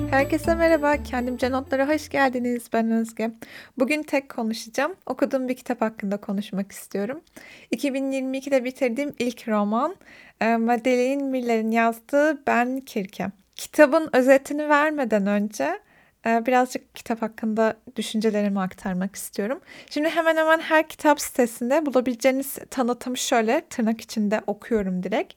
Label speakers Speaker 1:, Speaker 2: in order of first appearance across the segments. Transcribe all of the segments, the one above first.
Speaker 1: Herkese merhaba, Kendimce Notlara hoş geldiniz. Ben Özge. Bugün tek konuşacağım. Okuduğum bir kitap hakkında konuşmak istiyorum. 2022'de bitirdiğim ilk roman, Madeleine Miller'in yazdığı Ben Kirke. Kitabın özetini vermeden önce birazcık kitap hakkında düşüncelerimi aktarmak istiyorum. Şimdi hemen hemen her kitap sitesinde bulabileceğiniz tanıtım şöyle, tırnak içinde okuyorum direkt.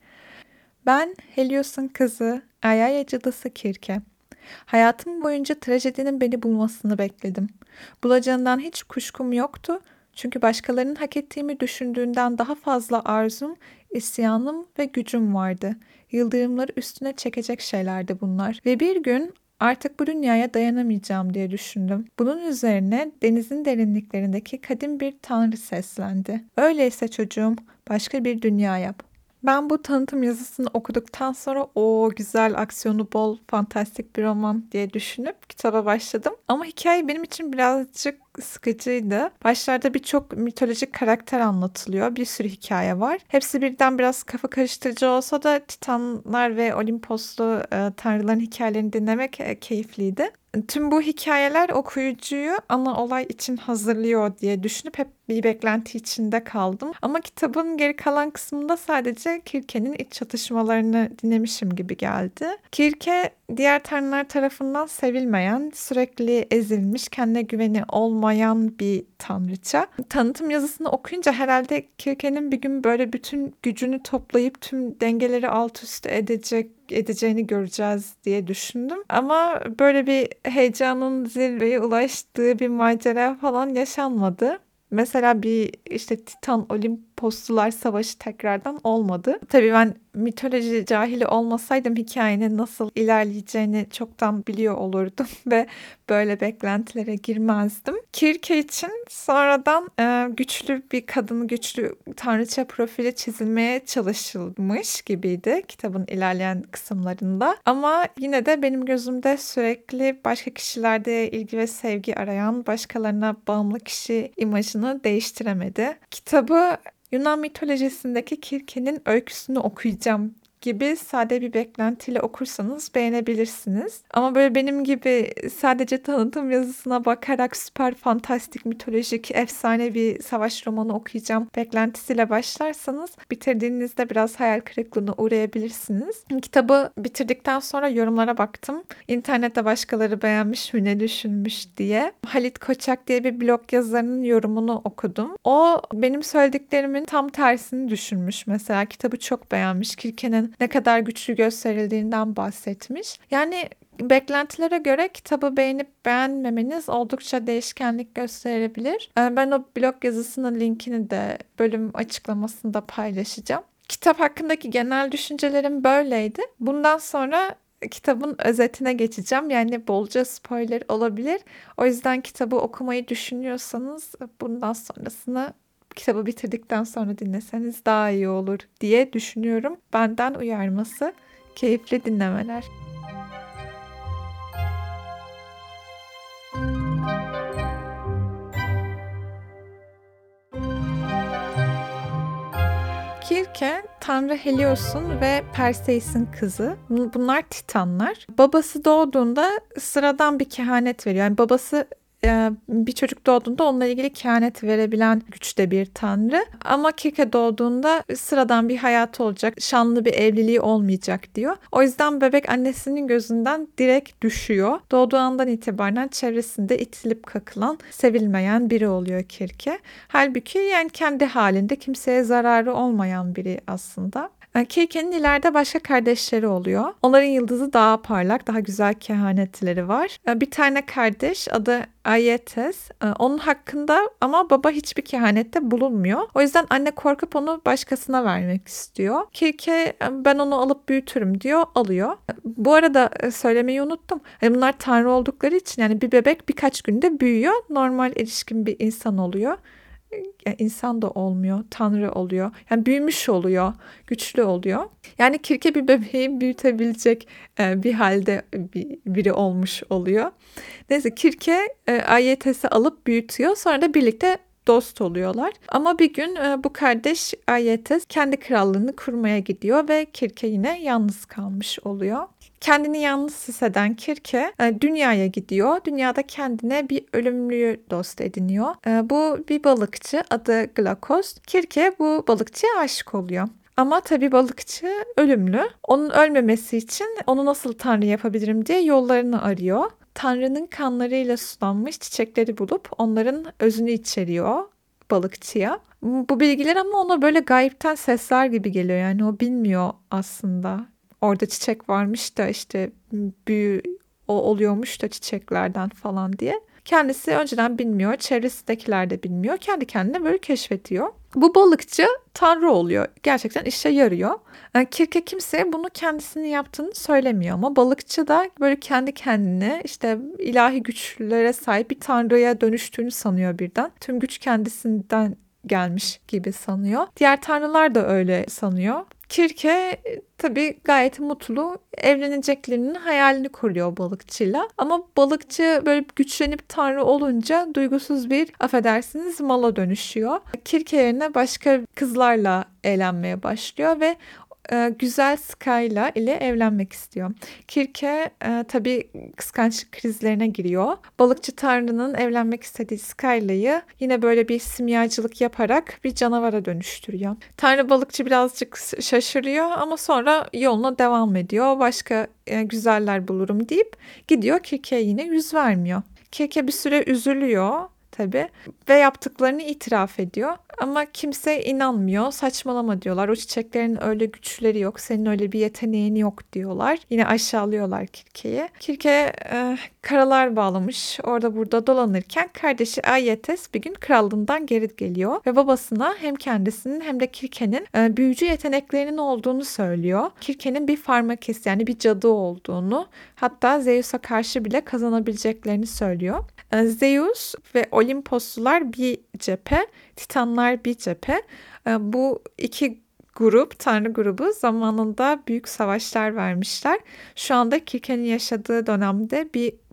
Speaker 1: Ben Helios'un kızı, Ayaya cadısı Kirke. Hayatım boyunca trajedinin beni bulmasını bekledim. Bulacağından hiç kuşkum yoktu. Çünkü başkalarının hak ettiğimi düşündüğünden daha fazla arzum, isyanım ve gücüm vardı. Yıldırımları üstüne çekecek şeylerdi bunlar. Ve bir gün artık bu dünyaya dayanamayacağım diye düşündüm. Bunun üzerine denizin derinliklerindeki kadim bir tanrı seslendi. Öyleyse çocuğum, başka bir dünya yap. Ben bu tanıtım yazısını okuduktan sonra o güzel aksiyonu bol fantastik bir roman diye düşünüp kitaba başladım. Ama hikaye benim için birazcık sıkıcıydı. Başlarda birçok mitolojik karakter anlatılıyor. Bir sürü hikaye var. Hepsi birden biraz kafa karıştırıcı olsa da Titanlar ve Olimposlu tanrıların hikayelerini dinlemek keyifliydi. Tüm bu hikayeler okuyucuyu ana olay için hazırlıyor diye düşünüp hep bir beklenti içinde kaldım. Ama kitabın geri kalan kısmında sadece Kirke'nin iç çatışmalarını dinlemişim gibi geldi. Kirke diğer tanrılar tarafından sevilmeyen, sürekli ezilmiş, kendine güveni olmayan bir tanrıça. Tanıtım yazısını okuyunca herhalde Kirke'nin bir gün böyle bütün gücünü toplayıp tüm dengeleri alt üst edeceğini göreceğiz diye düşündüm. Ama böyle bir heyecanın zirveye ulaştığı bir macera falan yaşanmadı. Mesela bir işte Titan Olimposlular savaşı tekrardan olmadı. Tabii ben mitoloji cahili olmasaydım hikayenin nasıl ilerleyeceğini çoktan biliyor olurdum ve böyle beklentilere girmezdim. Kirke için sonradan güçlü bir kadın, güçlü tanrıça profili çizilmeye çalışılmış gibiydi kitabın ilerleyen kısımlarında. Ama yine de benim gözümde sürekli başka kişilerde ilgi ve sevgi arayan, başkalarına bağımlı kişi imajını değiştiremedi. Kitabı Yunan mitolojisindeki Kirke'nin öyküsünü okuyacağım gibi sade bir beklentiyle okursanız beğenebilirsiniz. Ama böyle benim gibi sadece tanıtım yazısına bakarak süper fantastik, mitolojik, efsane bir savaş romanı okuyacağım beklentisiyle başlarsanız bitirdiğinizde biraz hayal kırıklığına uğrayabilirsiniz. Kitabı bitirdikten sonra yorumlara baktım. İnternette başkaları beğenmiş mi, ne düşünmüş diye. Halit Koçak diye bir blog yazarının yorumunu okudum. O benim söylediklerimin tam tersini düşünmüş. Mesela kitabı çok beğenmiş. Kirke'nin ne kadar güçlü gösterildiğinden bahsetmiş. Yani beklentilere göre kitabı beğenip beğenmemeniz oldukça değişkenlik gösterebilir. Ben o blog yazısının linkini de bölüm açıklamasında paylaşacağım. Kitap hakkındaki genel düşüncelerim böyleydi. Bundan sonra kitabın özetine geçeceğim. Yani bolca spoiler olabilir. O yüzden kitabı okumayı düşünüyorsanız bundan sonrasını kitabı bitirdikten sonra dinleseniz daha iyi olur diye düşünüyorum. Benden uyarması. Keyifli dinlemeler. Kirke, Tanrı Helios'un ve Perseus'un kızı. Bunlar Titanlar. Babası doğduğunda sıradan bir kehanet veriyor. Yani babası bir çocuk doğduğunda onunla ilgili kehanet verebilen güçte bir tanrı. Ama Kirke doğduğunda sıradan bir hayatı olacak, şanlı bir evliliği olmayacak diyor. O yüzden bebek annesinin gözünden direkt düşüyor. Doğduğu andan itibaren çevresinde itilip kakılan, sevilmeyen biri oluyor Kirke. Halbuki yani kendi halinde kimseye zararı olmayan biri aslında. Kirke'nin ileride başka kardeşleri oluyor. Onların yıldızı daha parlak, daha güzel kehanetleri var. Bir tane kardeş adı Aietes. Onun hakkında ama baba hiçbir kehanette bulunmuyor. O yüzden anne korkup onu başkasına vermek istiyor. Kirke ben onu alıp büyütürüm diyor, alıyor. Bu arada söylemeyi unuttum. Bunlar tanrı oldukları için yani bir bebek birkaç günde büyüyor. Normal erişkin bir insan oluyor. Yani insan da olmuyor, tanrı oluyor. Yani büyümüş oluyor, güçlü oluyor. Yani Kirke bir bebeği büyütebilecek bir halde biri olmuş oluyor. Neyse Kirke Ayetes'i alıp büyütüyor. Sonra da birlikte dost oluyorlar. Ama bir gün bu kardeş Aietes kendi krallığını kurmaya gidiyor ve Kirke yine yalnız kalmış oluyor. Kendini yalnız hisseden Kirke dünyaya gidiyor. Dünyada kendine bir ölümlüyü dost ediniyor. Bu bir balıkçı, adı Glakos. Kirke bu balıkçıya aşık oluyor. Ama tabii balıkçı ölümlü. Onun ölmemesi için onu nasıl tanrı yapabilirim diye yollarını arıyor. Tanrının kanlarıyla sulanmış çiçekleri bulup onların özünü içeriyor balıkçıya. Bu bilgiler ama ona böyle gayipten sesler gibi geliyor. Yani o bilmiyor aslında. Orada çiçek varmış da işte büyü oluyormuş da çiçeklerden falan diye. Kendisi önceden bilmiyor, çevresindekiler de bilmiyor. Kendi kendine böyle keşfediyor. Bu balıkçı tanrı oluyor. Gerçekten işe yarıyor. Kirke kimseye bunu kendisinin yaptığını söylemiyor ama balıkçı da böyle kendi kendine işte ilahi güçlere sahip bir tanrıya dönüştüğünü sanıyor birden. Tüm güç kendisinden gelmiş gibi sanıyor. Diğer tanrılar da öyle sanıyor. Kirke tabii gayet mutlu, evleneceklerinin hayalini kuruyor balıkçıyla. Ama balıkçı böyle güçlenip tanrı olunca duygusuz bir, affedersiniz, mala dönüşüyor. Kirke yerine başka kızlarla eğlenmeye başlıyor ve güzel Skyla ile evlenmek istiyor. Kirke tabii kıskançlık krizlerine giriyor. Balıkçı Tanrı'nın evlenmek istediği Skyla'yı yine böyle bir simyacılık yaparak bir canavara dönüştürüyor. Tanrı balıkçı birazcık şaşırıyor ama sonra yoluna devam ediyor. Başka güzeller bulurum deyip gidiyor. Kirke'ye yine yüz vermiyor. Kirke bir süre üzülüyor tabii ve yaptıklarını itiraf ediyor. Ama kimse inanmıyor. Saçmalama diyorlar. O çiçeklerin öyle güçleri yok. Senin öyle bir yeteneğin yok diyorlar. Yine aşağılıyorlar Kirke'yi. Kirke karalar bağlamış. Orada burada dolanırken kardeşi Aietes bir gün krallığından geri geliyor. Ve babasına hem kendisinin hem de Kirke'nin büyücü yeteneklerinin olduğunu söylüyor. Kirke'nin bir farmakist yani bir cadı olduğunu, hatta Zeus'a karşı bile kazanabileceklerini söylüyor. Zeus ve Olimposlular bir cephe, Titanlar bir cephe. Bu iki grup, tanrı grubu zamanında büyük savaşlar vermişler. Şu anda Kirke'nin yaşadığı dönemde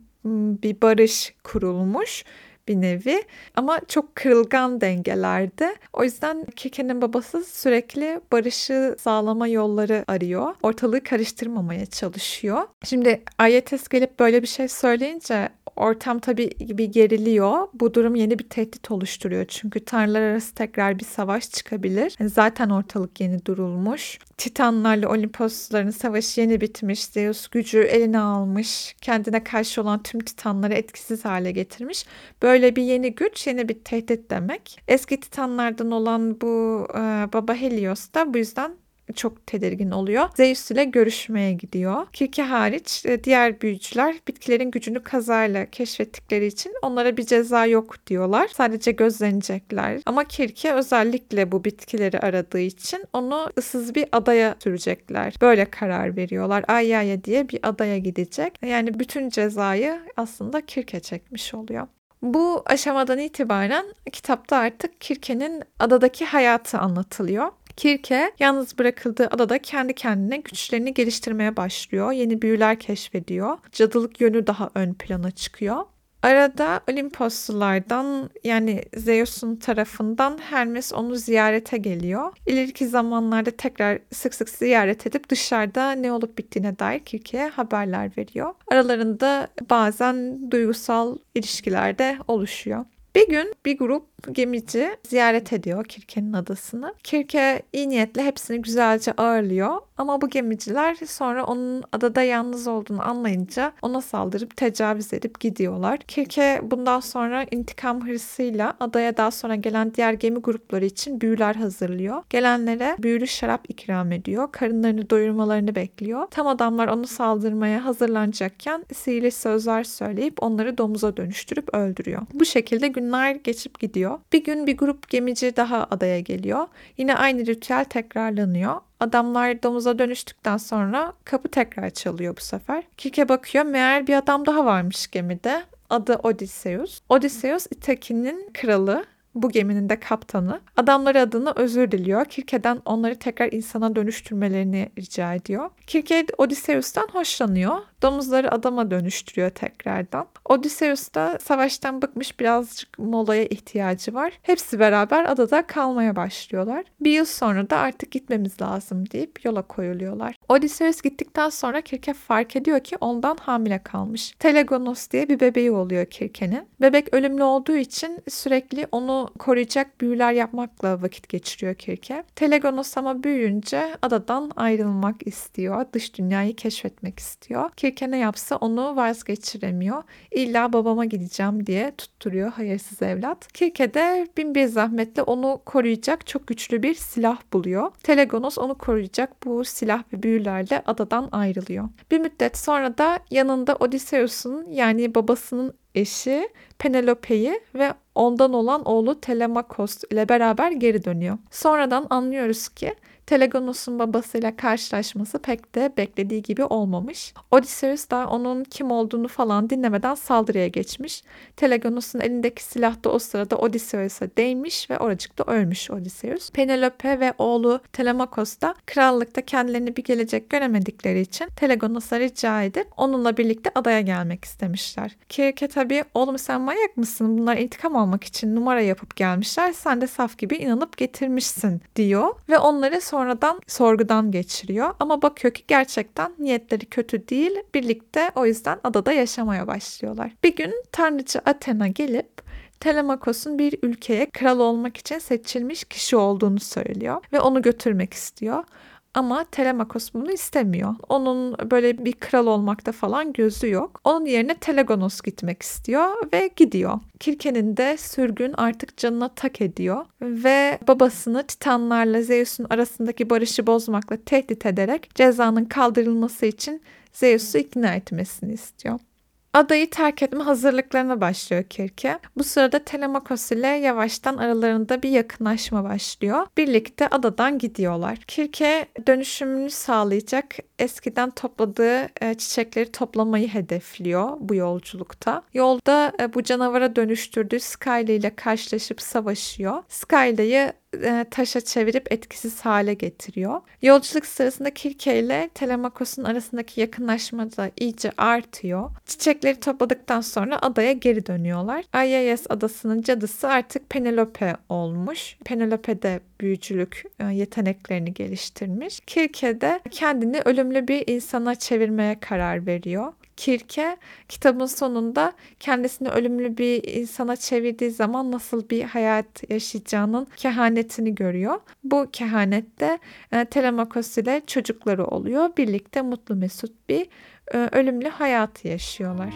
Speaker 1: bir barış kurulmuş bir nevi ama çok kırılgan dengelerde. O yüzden Kirke'nin babası sürekli barışı sağlama yolları arıyor. Ortalığı karıştırmamaya çalışıyor. Şimdi Aietes gelip böyle bir şey söyleyince ortam tabii bir geriliyor. Bu durum yeni bir tehdit oluşturuyor. Çünkü tanrılar arası tekrar bir savaş çıkabilir. Zaten ortalık yeni durulmuş. Titanlarla Olimposluların savaşı yeni bitmiş. Zeus gücü eline almış. Kendine karşı olan tüm titanları etkisiz hale getirmiş. Böyle bir yeni güç, yeni bir tehdit demek. Eski titanlardan olan bu baba Helios da bu yüzden çok tedirgin oluyor. Zeus ile görüşmeye gidiyor. Kirke hariç diğer büyücüler bitkilerin gücünü kazayla keşfettikleri için onlara bir ceza yok diyorlar. Sadece gözlenecekler. Ama Kirke özellikle bu bitkileri aradığı için onu ıssız bir adaya sürecekler. Böyle karar veriyorlar. Aiaia diye bir adaya gidecek. Yani bütün cezayı aslında Kirke çekmiş oluyor. Bu aşamadan itibaren kitapta artık Kirke'nin adadaki hayatı anlatılıyor. Kirke yalnız bırakıldığı adada kendi kendine güçlerini geliştirmeye başlıyor. Yeni büyüler keşfediyor. Cadılık yönü daha ön plana çıkıyor. Arada Olimposlulardan yani Zeus'un tarafından Hermes onu ziyarete geliyor. İleriki zamanlarda tekrar sık sık ziyaret edip dışarıda ne olup bittiğine dair Kirke'ye haberler veriyor. Aralarında bazen duygusal ilişkiler de oluşuyor. Bir gün bir grup gemici ziyaret ediyor Kirke'nin adasını. Kirke iyi niyetle hepsini güzelce ağırlıyor. Ama bu gemiciler sonra onun adada yalnız olduğunu anlayınca ona saldırıp tecavüz edip gidiyorlar. Kirke bundan sonra intikam hırsıyla adaya daha sonra gelen diğer gemi grupları için büyüler hazırlıyor. Gelenlere büyülü şarap ikram ediyor. Karınlarını doyurmalarını bekliyor. Tam adamlar onu saldırmaya hazırlanacakken sihirli sözler söyleyip onları domuza dönüştürüp öldürüyor. Bu şekilde günler geçip gidiyor. Bir gün bir grup gemici daha adaya geliyor. Yine aynı ritüel tekrarlanıyor. Adamlar domuza dönüştükten sonra kapı tekrar çalıyor bu sefer. Kirke bakıyor, meğer bir adam daha varmış gemide. Adı Odysseus. Odysseus İtaki'nin kralı. Bu geminin de kaptanı. Adamları adına özür diliyor. Kirke'den onları tekrar insana dönüştürmelerini rica ediyor. Kirke Odysseus'tan hoşlanıyor. Domuzları adama dönüştürüyor tekrardan. Odysseus da savaştan bıkmış, birazcık molaya ihtiyacı var. Hepsi beraber adada kalmaya başlıyorlar. Bir yıl sonra da artık gitmemiz lazım deyip yola koyuluyorlar. Odysseus gittikten sonra Kirke fark ediyor ki ondan hamile kalmış. Telegonos diye bir bebeği oluyor Kirke'nin. Bebek ölümlü olduğu için sürekli onu koruyacak büyüler yapmakla vakit geçiriyor Kirke. Telegonos ama büyüyünce adadan ayrılmak istiyor. Dış dünyayı keşfetmek istiyor. Kirke ne yapsa onu vazgeçiremiyor. İlla babama gideceğim diye tutturuyor hayırsız evlat. Kirke de bin bir zahmetle onu koruyacak çok güçlü bir silah buluyor. Telegonos onu koruyacak bu silah ve büyülerle adadan ayrılıyor. Bir müddet sonra da yanında Odysseus'un, yani babasının eşi Penelope'yi ve ondan olan oğlu Telemakos ile beraber geri dönüyor. Sonradan anlıyoruz ki Telegonos'un babasıyla karşılaşması pek de beklediği gibi olmamış. Odysseus da onun kim olduğunu falan dinlemeden saldırıya geçmiş. Telegonos'un elindeki silah da o sırada Odysseus'a değmiş ve oracıkta ölmüş Odysseus. Penelope ve oğlu Telemakos da krallıkta kendilerini bir gelecek göremedikleri için Telegonos'a rica edip onunla birlikte adaya gelmek istemişler. Kirke tabii, oğlum sen manyak mısın? Bunlar intikam almak için numara yapıp gelmişler. Sen de saf gibi inanıp getirmişsin diyor ve onları sonradan sorgudan geçiriyor. Ama bakıyor ki gerçekten niyetleri kötü değil. Birlikte o yüzden adada yaşamaya başlıyorlar. Bir gün tanrıçı Athena gelip Telemakos'un bir ülkeye kral olmak için seçilmiş kişi olduğunu söylüyor ve onu götürmek istiyor. Ama Telemakos bunu istemiyor. Onun böyle bir kral olmakta falan gözü yok. Onun yerine Telegonos gitmek istiyor ve gidiyor. Kirke'nin de sürgün artık canına tak ediyor ve babasını Titanlarla Zeus'un arasındaki barışı bozmakla tehdit ederek cezanın kaldırılması için Zeus'u ikna etmesini istiyor. Adayı terk etme hazırlıklarına başlıyor Kirke. Bu sırada Telemakos ile yavaştan aralarında bir yakınlaşma başlıyor. Birlikte adadan gidiyorlar. Kirke dönüşümünü sağlayacak eskiden topladığı çiçekleri toplamayı hedefliyor bu yolculukta. Yolda bu canavara dönüştürdüğü Skyla ile karşılaşıp savaşıyor. Skyla'yı taşa çevirip etkisiz hale getiriyor. Yolculuk sırasında Kirke ile Telemakos'un arasındaki yakınlaşma da iyice artıyor. Çiçekleri topladıktan sonra adaya geri dönüyorlar. Aiaios adasının cadısı artık Penelope olmuş. Penelope de büyücülük yeteneklerini geliştirmiş. Kirke de kendini ölümlü bir insana çevirmeye karar veriyor. Kirke kitabın sonunda kendisini ölümlü bir insana çevirdiği zaman nasıl bir hayat yaşayacağının kehanetini görüyor. Bu kehanette Telemakos ile çocukları oluyor. Birlikte mutlu mesut bir ölümlü hayatı yaşıyorlar.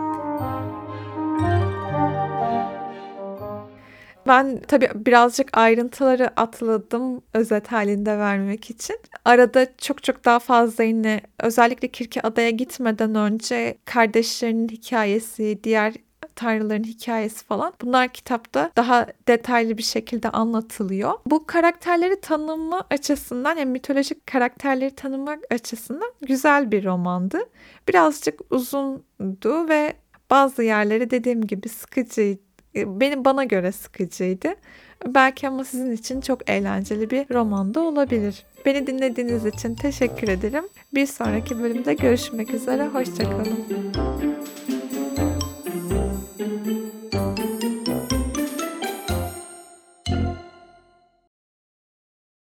Speaker 1: Ben tabii birazcık ayrıntıları atladım özet halinde vermemek için. Arada çok çok daha fazla yine özellikle Kirke adaya gitmeden önce kardeşlerinin hikayesi, diğer tanrıların hikayesi falan, bunlar kitapta daha detaylı bir şekilde anlatılıyor. Bu karakterleri tanıma açısından, yani mitolojik karakterleri tanımak açısından güzel bir romandı. Birazcık uzundu ve bazı yerleri dediğim gibi sıkıcıydı. Bana göre sıkıcıydı. Belki ama sizin için çok eğlenceli bir roman da olabilir. Beni dinlediğiniz için teşekkür ederim. Bir sonraki bölümde görüşmek üzere. Hoşça kalın.